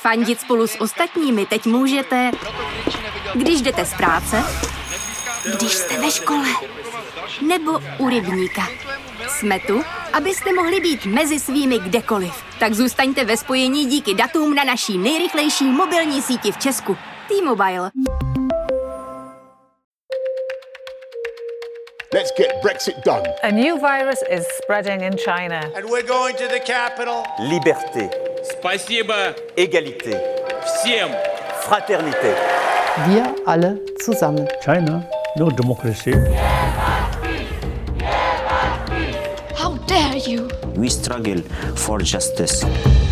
Fandit spolu s ostatními teď můžete, když jdete z práce, když jste ve škole, nebo u rybníka. Jsme tu, abyste mohli být mezi svými kdekoliv. Tak zůstaňte ve spojení díky datům na naší nejrychlejší mobilní síti v Česku. T-Mobile. Let's get Brexit done. A new virus is spreading in China. And we're going to the capital. Liberté. Спасибо. Égalité. Всем. Fraternité. Wir alle zusammen. China, no democracy. How dare you? We struggle for justice.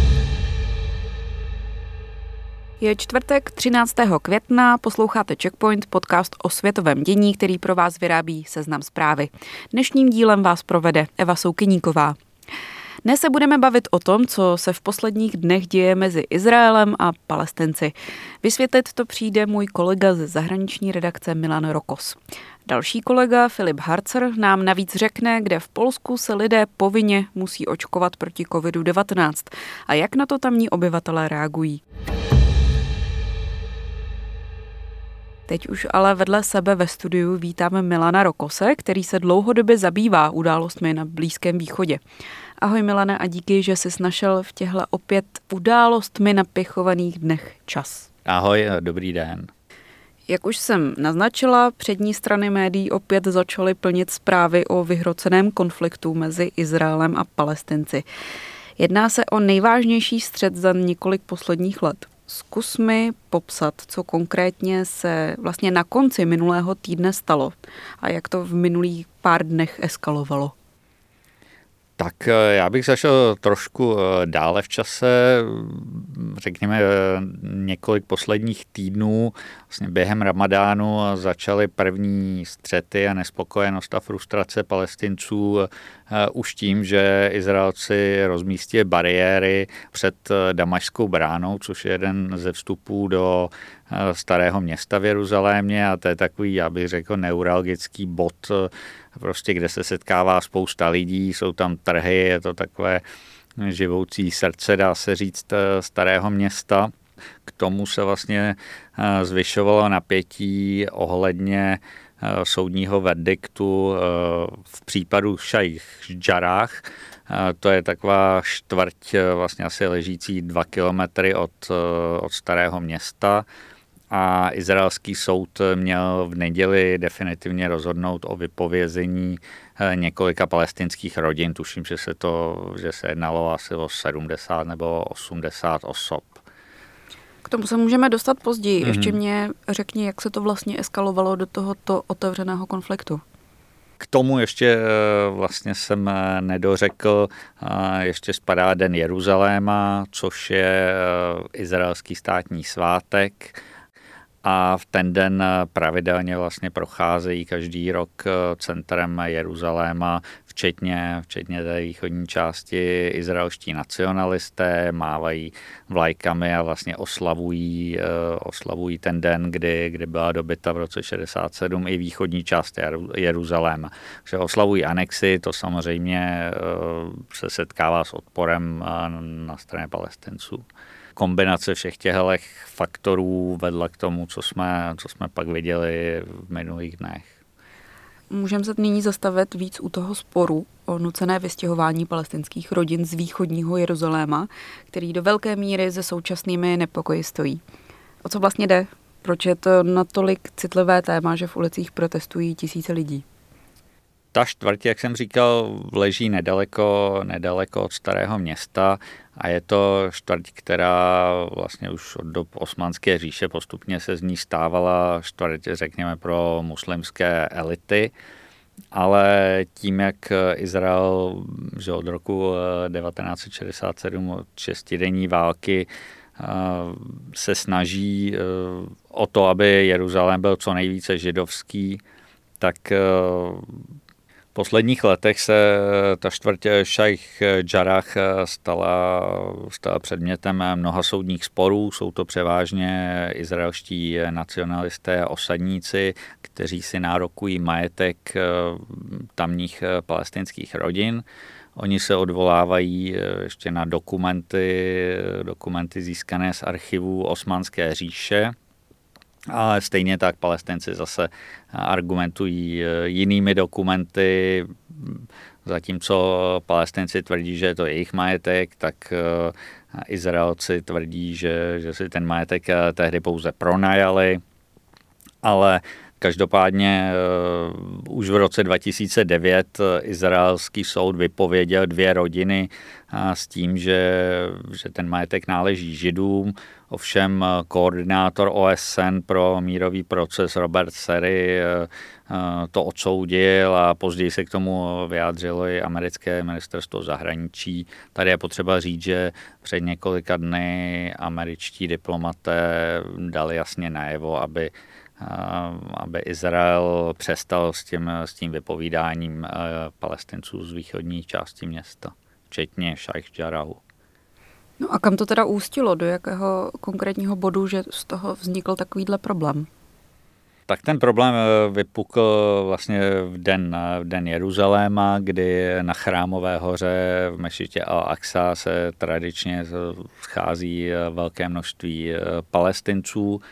Je čtvrtek 13. května, posloucháte Checkpoint, podcast o světovém dění, který pro vás vyrábí Seznam Zprávy. Dnešním dílem vás provede Eva Soukyníková. Dnes se budeme bavit o tom, co se v posledních dnech děje mezi Izraelem a Palestinci. Vysvětlit to přijde můj kolega ze zahraniční redakce Milan Rokos. Další kolega Filip Harcer nám navíc řekne, kde v Polsku se lidé povinně musí očkovat proti COVID-19 a jak na to tamní obyvatelé reagují. Teď už ale vedle sebe ve studiu vítáme Milana Rokose, který se dlouhodobě zabývá událostmi na Blízkém východě. Ahoj Milane a díky, že jsi našel v těchto opět událostmi napěchovaných dnech čas. Ahoj, dobrý den. Jak už jsem naznačila, přední strany médií opět začaly plnit zprávy o vyhroceném konfliktu mezi Izraelem a Palestinci. Jedná se o nejvážnější střet za několik posledních let. Zkus mi popsat, co konkrétně se vlastně na konci minulého týdne stalo a jak to v minulých pár dnech eskalovalo. Tak já bych zašel trošku dále v čase, řekněme několik posledních týdnů, vlastně během Ramadánu začaly první střety a nespokojenost a frustrace Palestinců už tím, že Izraelci rozmístili bariéry před Damašskou bránou, což je jeden ze vstupů do starého města v Jeruzalémě a to je takový, já bych řekl, neuralgický bod, prostě kde se setkává spousta lidí, jsou tam trhy, je to takové živoucí srdce, dá se říct, starého města. K tomu se vlastně zvyšovalo napětí ohledně soudního verdiktu v případu Šajch Džarách. To je taková čtvrť vlastně asi ležící 2 kilometry od starého města. A izraelský soud měl v neděli definitivně rozhodnout o vypovězení několika palestinských rodin. Tuším, že se jednalo asi o 70 nebo 80 osob. K tomu se můžeme dostat později. Ještě mě řekni, jak se to vlastně eskalovalo do tohoto otevřeného konfliktu. K tomu ještě vlastně jsem nedořekl, ještě spadá Den Jeruzaléma, což je izraelský státní svátek. A v ten den pravidelně vlastně procházejí každý rok centrem Jeruzaléma, včetně té východní části, izraelští nacionalisté, mávají vlajkami a vlastně oslavují ten den, kdy byla dobyta v roce 67 i východní část Jeruzaléma. Takže oslavují anexi, to samozřejmě se setkává s odporem na straně Palestinců. Kombinace všech těchto faktorů vedla k tomu, co jsme pak viděli v minulých dnech. Můžeme se nyní zastavit víc u toho sporu o nucené vystěhování palestinských rodin z východního Jeruzaléma, který do velké míry se současnými nepokoji stojí. O co vlastně jde? Proč je to natolik citlivé téma, že v ulicích protestují tisíce lidí? Ta čtvrť, jak jsem říkal, leží nedaleko od starého města a je to čtvrť, která vlastně už od dob Osmanské říše postupně se z ní stávala čtvrť, řekněme, pro muslimské elity, ale tím, jak Izrael že od roku 1967 od šestidenní války se snaží o to, aby Jeruzalém byl co nejvíce židovský, tak v posledních letech se ta čtvrť Šajch Džarách stala předmětem mnoha soudních sporů. Jsou to převážně izraelští nacionalisté a osadníci, kteří si nárokují majetek tamních palestinských rodin. Oni se odvolávají ještě na dokumenty získané z archivů Osmanské říše, ale stejně tak Palestinci zase argumentují jinými dokumenty. Zatímco Palestinci tvrdí, že je to jejich majetek, tak Izraelci tvrdí, že si ten majetek tehdy pouze pronajali, ale každopádně už v roce 2009 izraelský soud vypověděl 2 rodiny s tím, že ten majetek náleží Židům. Ovšem koordinátor OSN pro mírový proces Robert Serry to odsoudil a později se k tomu vyjádřilo i americké ministerstvo zahraničí. Tady je potřeba říct, že před několika dny američtí diplomaté dali jasně najevo, aby Izrael přestal s tím vypovídáním Palestinců z východní části města, včetně Šajch Džarahu. No a kam to teda ústilo? Do jakého konkrétního bodu, že z toho vznikl takovýhle problém? Tak ten problém vypukl vlastně v den Jeruzaléma, kdy na Chrámové hoře v mešitě Al-Aqsa se tradičně schází velké množství Palestinců.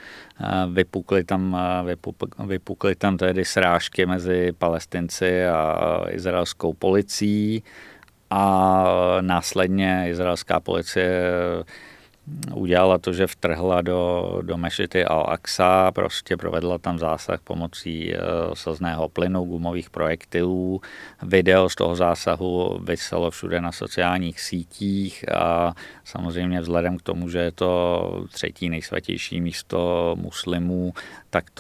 Vypukly tam tedy srážky mezi Palestinci a izraelskou policií a následně izraelská policie udělala to, že vtrhla do mešity Al-Aqsa, prostě provedla tam zásah pomocí slzného plynu, gumových projektilů. Video z toho zásahu viselo všude na sociálních sítích a samozřejmě vzhledem k tomu, že je to 3. nejsvatější místo muslimů, tak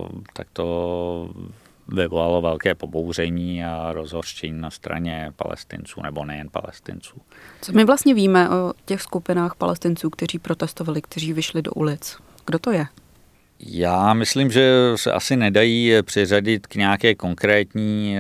to vyvolalo velké pobouření a rozhořčení na straně Palestinců, nebo nejen Palestinců. Co my vlastně víme o těch skupinách Palestinců, kteří protestovali, kteří vyšli do ulic? Kdo to je? Já myslím, že se asi nedají přiřadit k nějaké konkrétní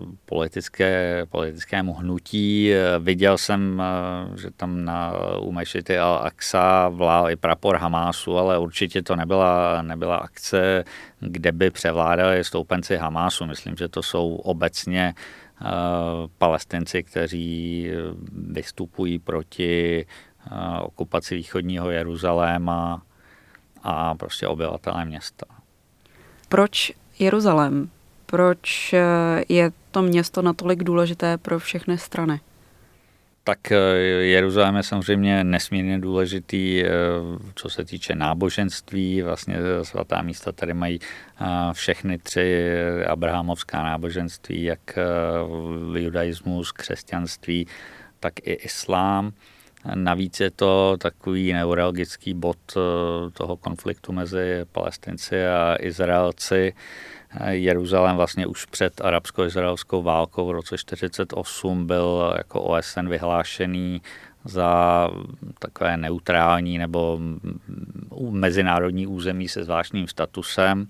politickému hnutí. Viděl jsem, že tam u mešity Al-Aqsa vlál i prapor Hamásu, ale určitě to nebyla akce, kde by převládali stoupenci Hamásu. Myslím, že to jsou obecně Palestinci, kteří vystupují proti okupaci východního Jeruzaléma a prostě obyvatelé města. Proč Jeruzalém? Proč je to město natolik důležité pro všechny strany? Tak Jeruzalém je samozřejmě nesmírně důležitý, co se týče náboženství. Vlastně svatá místa tady mají všechny 3 abrahamovská náboženství, jak judaismus, křesťanství, tak i islám. Navíc je to takový neuralgický bod toho konfliktu mezi Palestinci a Izraelci. Jeruzalém vlastně už před arabsko-izraelskou válkou v roce 1948 byl jako OSN vyhlášený za takové neutrální nebo mezinárodní území se zvláštním statusem.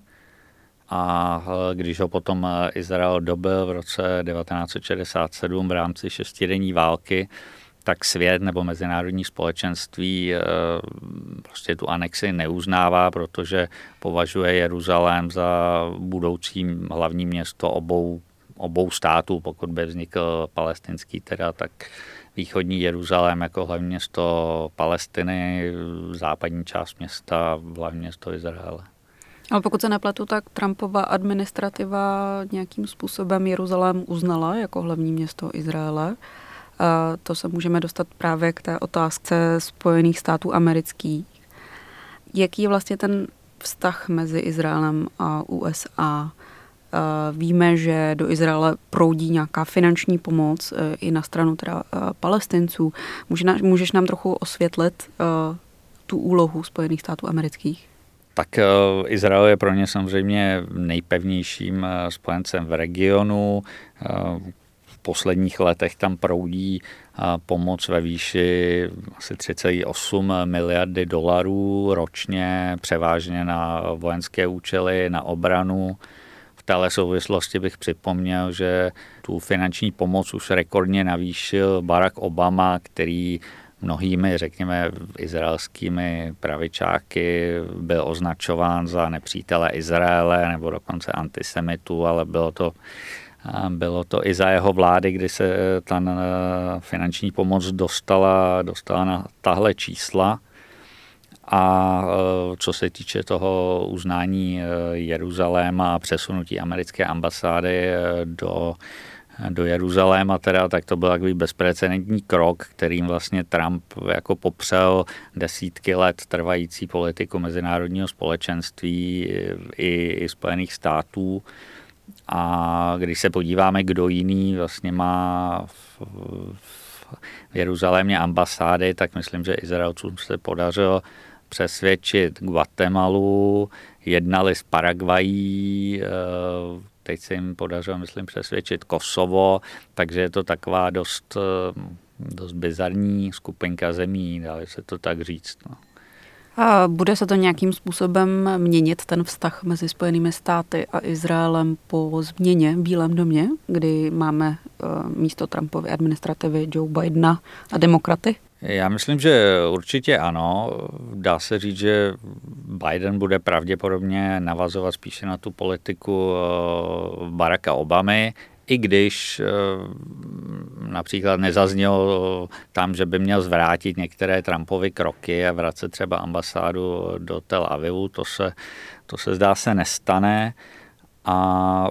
A když ho potom Izrael dobyl v roce 1967 v rámci 6denní války, tak svět nebo mezinárodní společenství prostě tu anexi neuznává, protože považuje Jeruzalém za budoucí hlavní město obou států. Pokud by vznikl palestinský teda, tak východní Jeruzalém jako hlavní město Palestiny, západní část města hlavní město Izraele. Ale pokud se nepletu, tak Trumpova administrativa nějakým způsobem Jeruzalém uznala jako hlavní město Izraele. To se můžeme dostat právě k té otázce Spojených států amerických. Jaký je vlastně ten vztah mezi Izraelem a USA? Víme, že do Izraele proudí nějaká finanční pomoc i na stranu teda Palestinců. Můžeš nám trochu osvětlit tu úlohu Spojených států amerických? Tak Izrael je pro ně samozřejmě nejpevnějším spojencem v regionu. V posledních letech tam proudí pomoc ve výši asi 3,8 miliardy dolarů ročně, převážně na vojenské účely, na obranu. V téhle souvislosti bych připomněl, že tu finanční pomoc už rekordně navýšil Barack Obama, který mnohými, řekněme, izraelskými pravičáky byl označován za nepřítele Izraele nebo dokonce antisemitu, ale bylo to Bylo to i za jeho vlády, kdy se ta finanční pomoc dostala na tahle čísla. A co se týče toho uznání Jeruzaléma a přesunutí americké ambasády do Jeruzaléma, tak to byl takový bezprecedentní krok, kterým vlastně Trump jako popřel desítky let trvající politiku mezinárodního společenství i Spojených států. A když se podíváme, kdo jiný vlastně má v Jeruzalémě ambasády, tak myslím, že Izraelcům se podařilo přesvědčit Guatemalu, jednali s Paraguayí, teď se jim podařilo, myslím, přesvědčit Kosovo, takže je to taková dost bizarní skupinka zemí, dá se to tak říct. No. A bude se to nějakým způsobem měnit ten vztah mezi Spojenými státy a Izraelem po změně v Bílém domě, kdy máme místo Trumpovy administrativy Joe Bidena a demokraty? Já myslím, že určitě ano. Dá se říct, že Biden bude pravděpodobně navazovat spíše na tu politiku Baracka Obamy, i když například nezaznělo tam, že by měl zvrátit některé Trumpovy kroky a vracet třeba ambasádu do Tel Avivu, to se zdá se nestane. A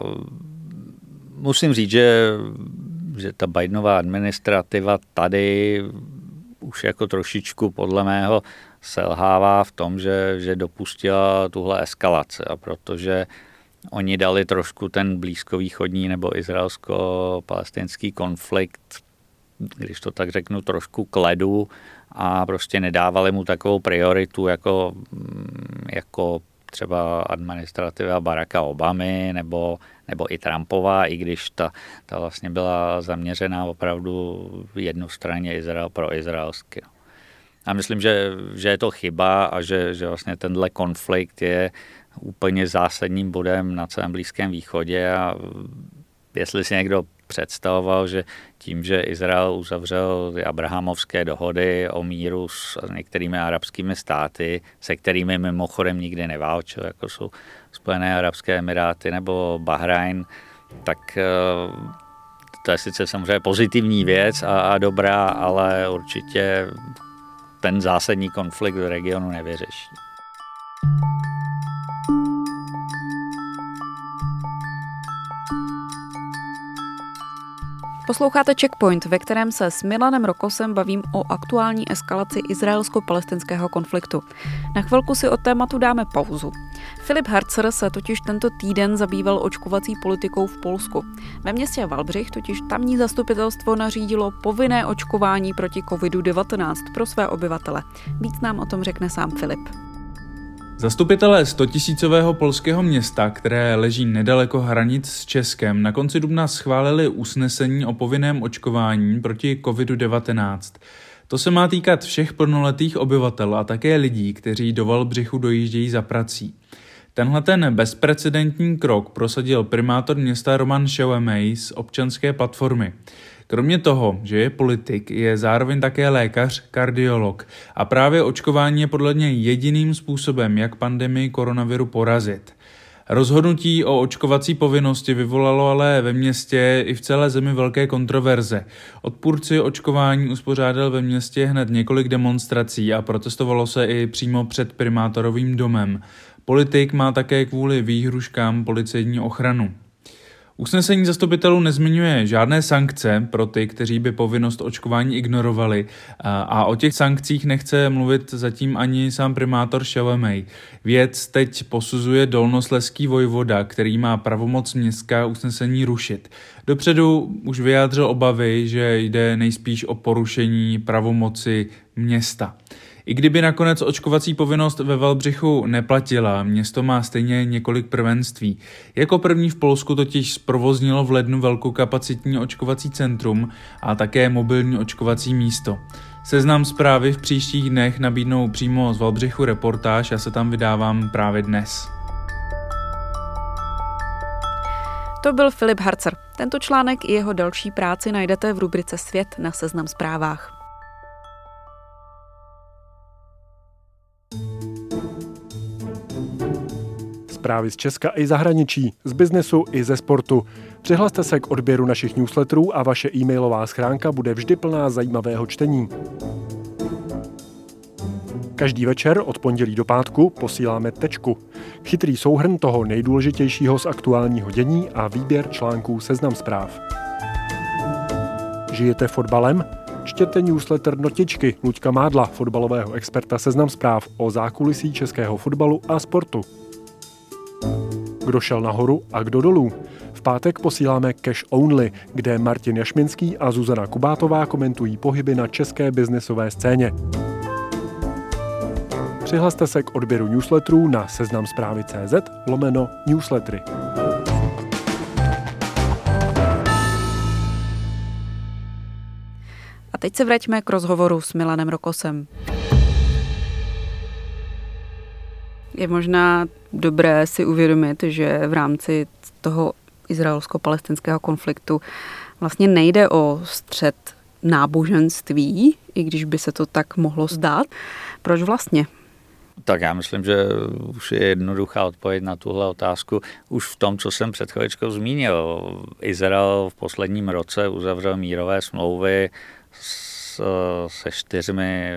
musím říct, že ta Bidenová administrativa tady už jako trošičku podle mého selhává v tom, že dopustila tuhle eskalaci, a protože oni dali trošku ten blízkovýchodní nebo izraelsko-palestinský konflikt, když to tak řeknu, trošku k ledu a prostě nedávali mu takovou prioritu jako třeba administrativa Baracka Obamy nebo i Trumpova, i když ta vlastně byla zaměřená opravdu jednostranně Izrael pro izraelsky. A myslím, že je to chyba a že vlastně tenhle konflikt je úplně zásadním bodem na celém Blízkém východě, a jestli si někdo představoval, že tím, že Izrael uzavřel abrahamovské dohody o míru s některými arabskými státy, se kterými mimochodem nikdy neválčil, jako jsou Spojené arabské emiráty nebo Bahrajn, tak to je sice samozřejmě pozitivní věc a dobrá, ale určitě ten zásadní konflikt v regionu nevyřeší. Posloucháte Checkpoint, ve kterém se s Milanem Rokosem bavím o aktuální eskalaci izraelsko-palestinského konfliktu. Na chvilku si od tématu dáme pauzu. Filip Harzer se totiž tento týden zabýval očkovací politikou v Polsku. Ve městě Wałbrzych totiž tamní zastupitelstvo nařídilo povinné očkování proti COVID-19 pro své obyvatele. Víc nám o tom řekne sám Filip. Zastupitelé 100 000 polského města, které leží nedaleko hranic s Českem, na konci dubna schválili usnesení o povinném očkování proti COVID-19. To se má týkat všech plnoletých obyvatel a také lidí, kteří do Wałbrzychu dojíždějí za prací. Tenhle ten bezprecedentní krok prosadil primátor města Roman Šelemej z občanské platformy. Kromě toho, že je politik, je zároveň také lékař, kardiolog a právě očkování je podle něj jediným způsobem, jak pandemii koronaviru porazit. Rozhodnutí o očkovací povinnosti vyvolalo ale ve městě i v celé zemi velké kontroverze. Odpůrci očkování uspořádali ve městě hned několik demonstrací a protestovalo se i přímo před primátorovým domem. Politik má také kvůli výhruškám policejní ochranu. Usnesení zastupitelů nezmiňuje žádné sankce pro ty, kteří by povinnost očkování ignorovali, a o těch sankcích nechce mluvit zatím ani sám primátor Šelemej. Věc teď posuzuje dolnoslezský vojvoda, který má pravomoc městská usnesení rušit. Dopředu už vyjádřil obavy, že jde nejspíš o porušení pravomoci města. I kdyby nakonec očkovací povinnost ve Wałbrzychu neplatila, město má stejně několik prvenství. Jako první v Polsku totiž zprovoznilo v lednu velkokapacitní očkovací centrum a také mobilní očkovací místo. Seznam zprávy v příštích dnech nabídnou přímo z Wałbrzychu reportáž, já se tam vydávám právě dnes. To byl Filip Harzer. Tento článek i jeho další práci najdete v rubrice Svět na Seznam Zprávách. zprávy z Česka i zahraničí, z biznesu i ze sportu. Přihlaste se k odběru našich newsletterů a vaše e-mailová schránka bude vždy plná zajímavého čtení. Každý večer od pondělí do pátku posíláme Tečku. Chytrý souhrn toho nejdůležitějšího z aktuálního dění a výběr článků Seznam zpráv. Žijete fotbalem? Čtěte newsletter Notičky Luďka Mádla, fotbalového experta Seznam zpráv o zákulisí českého fotbalu a sportu. Kdo šel nahoru a kdo dolů? V pátek posíláme Cash Only, kde Martin Jašminský a Zuzana Kubátová komentují pohyby na české biznesové scéně. Přihlaste se k odběru newsletterů na seznamzprávy.cz/newslettery. A teď se vraťme k rozhovoru s Milanem Rokosem. Je možná dobré si uvědomit, že v rámci toho izraelsko-palestinského konfliktu vlastně nejde o střet náboženství, i když by se to tak mohlo zdát. Proč vlastně? Tak já myslím, že už je jednoduchá odpověď na tuhle otázku. Už v tom, co jsem před chvíličkou zmínil. Izrael v posledním roce uzavřel mírové smlouvy se 4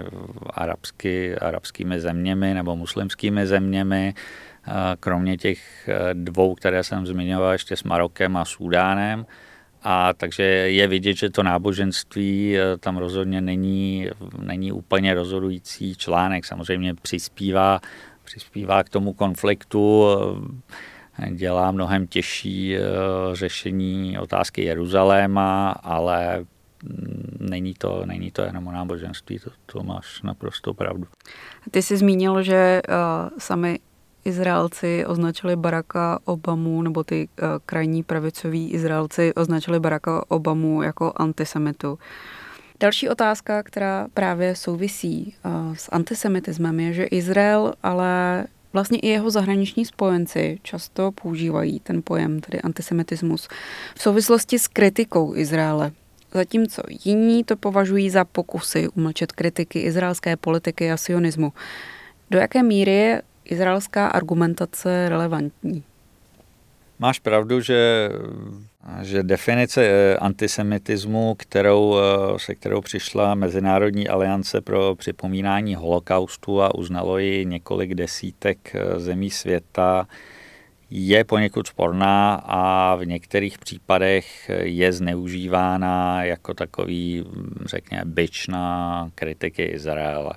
arabskými zeměmi nebo muslimskými zeměmi, kromě těch 2, které jsem zmiňoval, ještě s Marokem a Súdánem. A takže je vidět, že to náboženství tam rozhodně není úplně rozhodující článek. Samozřejmě přispívá k tomu konfliktu, dělá mnohem těžší řešení otázky Jeruzaléma, ale není to jenom o náboženství, to máš naprosto pravdu. Ty jsi zmínil, že sami Izraelci označili Baracka Obamu, nebo ty krajní pravicoví Izraelci označili Baracka Obamu jako antisemitu. Další otázka, která právě souvisí s antisemitismem, je, že Izrael, ale vlastně i jeho zahraniční spojenci často používají ten pojem, tedy antisemitismus, v souvislosti s kritikou Izraele. Zatímco jiní to považují za pokusy umlčet kritiky izraelské politiky a sionismu. Do jaké míry je izraelská argumentace relevantní? Máš pravdu, že definice antisemitismu, se kterou přišla Mezinárodní aliance pro připomínání holokaustu a uznalo ji několik desítek zemí světa, je poněkud sporná a v některých případech je zneužívána jako takový, řekněme, bič na kritiky Izraele.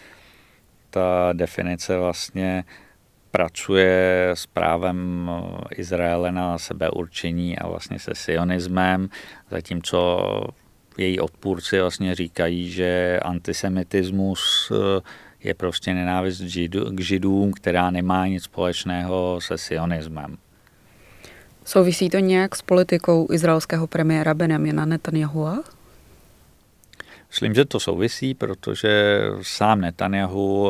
Ta definice vlastně pracuje s právem Izraele na sebeurčení a vlastně se sionismem, zatímco její odpůrci vlastně říkají, že antisemitismus je prostě nenávist k Židům, která nemá nic společného se sionismem. Souvisí to nějak s politikou izraelského premiéra Benjamina Netanyahua? Myslím, že to souvisí, protože sám Netanyahu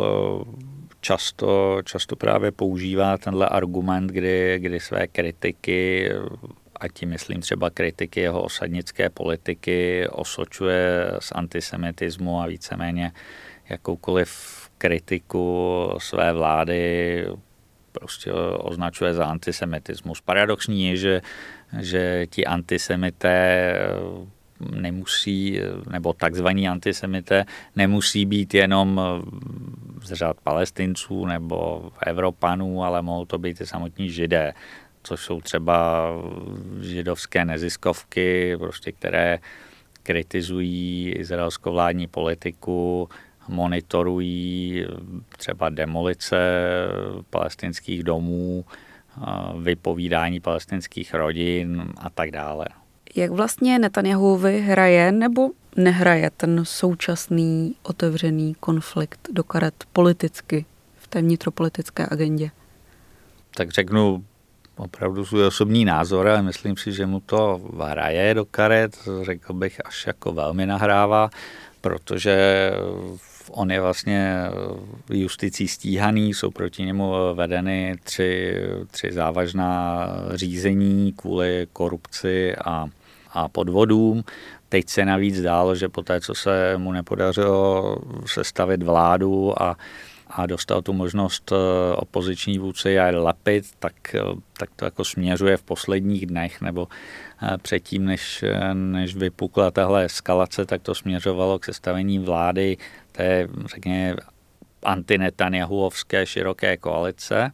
často právě používá tenhle argument, kdy své kritiky, a tím myslím třeba kritiky jeho osadnické politiky, osočuje z antisemitismu a víceméně jakoukoliv kritiku své vlády prostě označuje za antisemitismus. Paradoxní je, že ti antisemité nemusí, nebo takzvaní antisemité nemusí být jenom z řad Palestinců nebo Evropanů, ale mohou to být i samotní Židé, což jsou třeba židovské neziskovky, prostě, které kritizují izraelskou vládní politiku, monitorují třeba demolice palestinských domů, vypovídání palestinských rodin a tak dále. Jak vlastně Netanyahuovi hraje nebo nehraje ten současný otevřený konflikt do karet politicky v té vnitropolitické agendě? Tak řeknu opravdu svůj osobní názor, ale myslím si, že mu to hraje do karet, řekl bych až jako velmi nahrává, protože on je vlastně justicí stíhaný, jsou proti němu vedeny tři závažná řízení kvůli korupci a podvodům. Teď se navíc zdálo, že po té, co se mu nepodařilo sestavit vládu a a dostal tu možnost opoziční vůdce Jair Lapid, tak to jako směřuje v posledních dnech, nebo předtím, než vypukla tahle eskalace, tak to směřovalo k sestavení vlády té, řekněme, antinetanjahuovské široké koalice.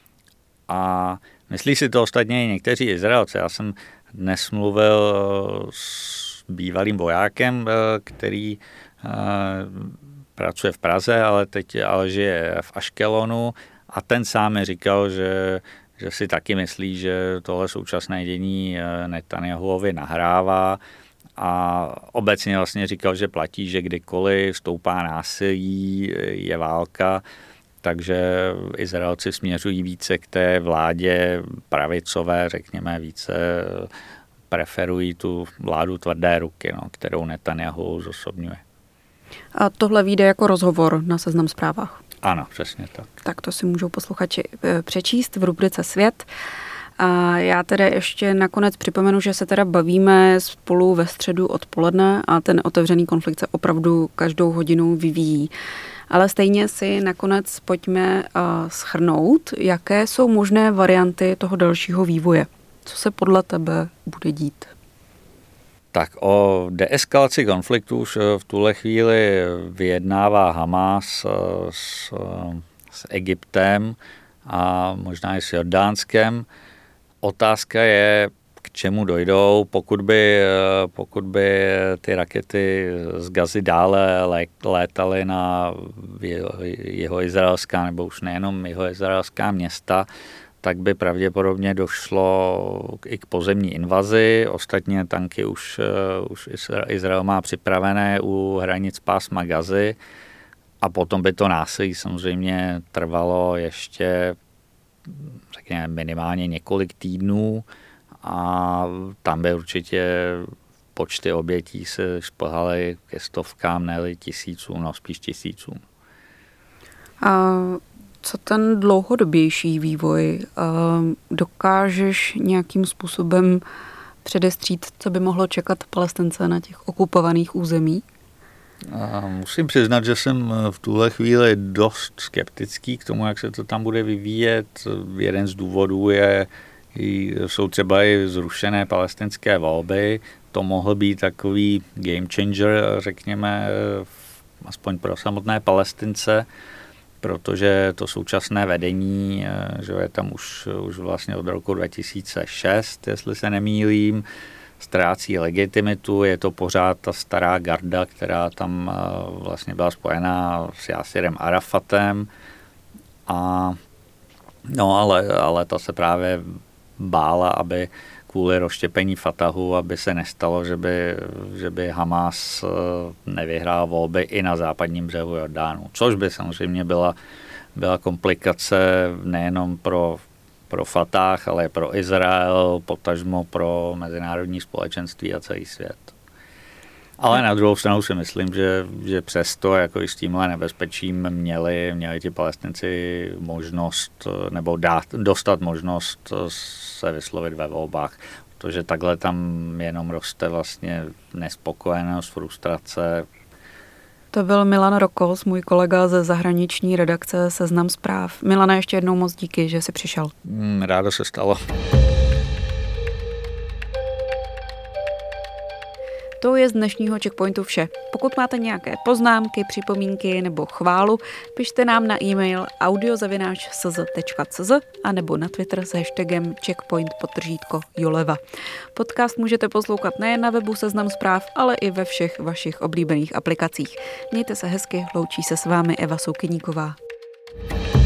A myslí si to ostatně i někteří Izraelci. Já jsem dnes mluvil s bývalým vojákem, který pracuje v Praze, ale žije v Aškelonu, a ten sám mi říkal, že si taky myslí, že tohle současné dění Netanjahuovi nahrává, a obecně vlastně říkal, že platí, že kdykoliv stoupá násilí, je válka, takže Izraelci směřují více k té vládě pravicové, řekněme, více preferují tu vládu tvrdé ruky, kterou Netanjahu zosobňuje. A tohle vyjde jako rozhovor na Seznam Zprávách. Ano, přesně tak. Tak to si můžou posluchači přečíst v rubrice Svět. A já teda ještě nakonec připomenu, že se teda bavíme spolu ve středu odpoledne a ten otevřený konflikt se opravdu každou hodinu vyvíjí. Ale stejně si nakonec pojďme shrnout, jaké jsou možné varianty toho dalšího vývoje. Co se podle tebe bude dít? Tak o deeskalaci konfliktu už v tuhle chvíli vyjednává Hamas s Egyptem a možná i s Jordánskem. Otázka je, k čemu dojdou, pokud by ty rakety z Gazy dále létaly na jihoizraelská, nebo už nejenom jihoizraelská města, tak by pravděpodobně došlo i k pozemní invazi. Ostatně tanky už Izrael má připravené u hranic pásma Gazy, a potom by to násilí samozřejmě trvalo ještě, řekněme, minimálně několik týdnů, a tam by určitě počty obětí se šplhaly ke stovkám, ne tisícům, spíš tisícům. A co ten dlouhodobější vývoj? Dokážeš nějakým způsobem předestřít, co by mohlo čekat Palestince na těch okupovaných území? Musím přiznat, že jsem v tuhle chvíli dost skeptický k tomu, jak se to tam bude vyvíjet. Jeden z důvodů jsou třeba i zrušené palestinské volby. To mohl být takový game changer, řekněme, aspoň pro samotné Palestince, protože to současné vedení, že je tam už vlastně od roku 2006, jestli se nemýlím, ztrácí legitimitu, je to pořád ta stará garda, která tam vlastně byla spojená s Jásirem Arafatem, ale ta se právě bála, aby kvůli rozštěpení Fatahu, aby se nestalo, že by Hamas nevyhrál volby i na západním břehu Jordánu, což by samozřejmě byla komplikace nejenom pro Fatah, ale pro Izrael, potažmo pro mezinárodní společenství a celý svět. Ale na druhou stranu si myslím, že přesto jako i s tímhle nebezpečím měli ti Palestinci možnost, nebo dostat možnost se vyslovit ve volbách, protože takhle tam jenom roste vlastně nespokojenost, frustrace. To byl Milan Rokos, můj kolega ze zahraniční redakce Seznam Zpráv. Milane, ještě jednou moc díky, že jsi přišel. Rádo se stalo. To je z dnešního Checkpointu vše. Pokud máte nějaké poznámky, připomínky nebo chválu, pište nám na e-mail audio@cz.cz a nebo na Twitter s hashtagem checkpoint_Joleva. Podcast můžete poslouchat nejen na webu Seznam Zpráv, ale i ve všech vašich oblíbených aplikacích. Mějte se hezky, loučí se s vámi Eva Soukyníková.